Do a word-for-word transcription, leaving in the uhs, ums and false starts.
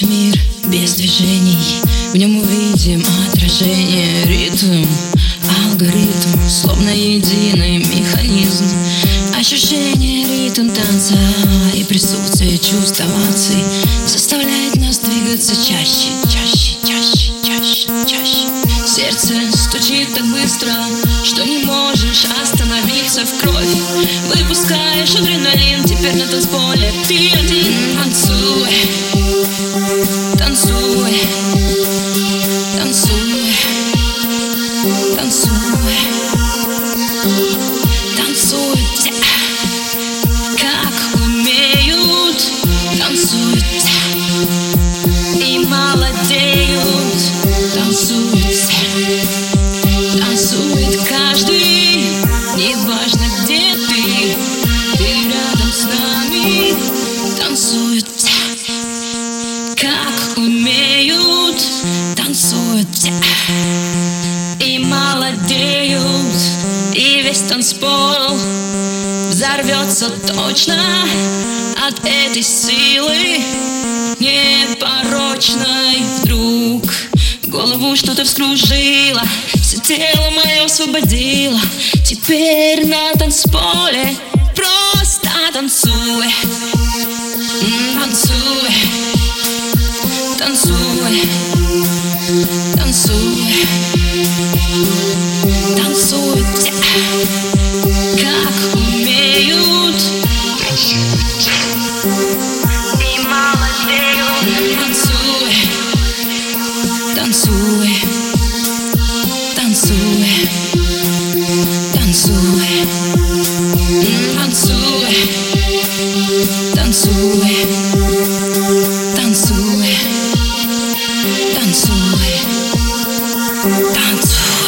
Наш мир без движений, в нем увидим отражение. Ритм, алгоритм, словно единый механизм. Ощущение, ритм танца и присутствие чувств оваций заставляет нас двигаться чаще, чаще, чаще, чаще, чаще. Сердце стучит так быстро, что не можешь остановиться в кровь. Выпускаешь адреналин, теперь на танцполе ты один. Танцуй, танцуй, танцуй, танцуй, танцуй все, как умеют, танцуют все и молодеют, танцуют все, танцует каждый, неважно где ты, ты рядом с нами, танцуют все, как умеют, танцуют все и молодеют, и весь танцпол взорвется точно от этой силы непорочной. Вдруг голову что-то вскружило, все тело мое освободило. Теперь на танцполе просто танцуй, танцуй, танцуй, танцуй, танцуют все, как умеют, и молодеют. Танцуй, танцуй, танцуй, танцуй, танцуй, танцуй, танцуй, танцуй, танцуй.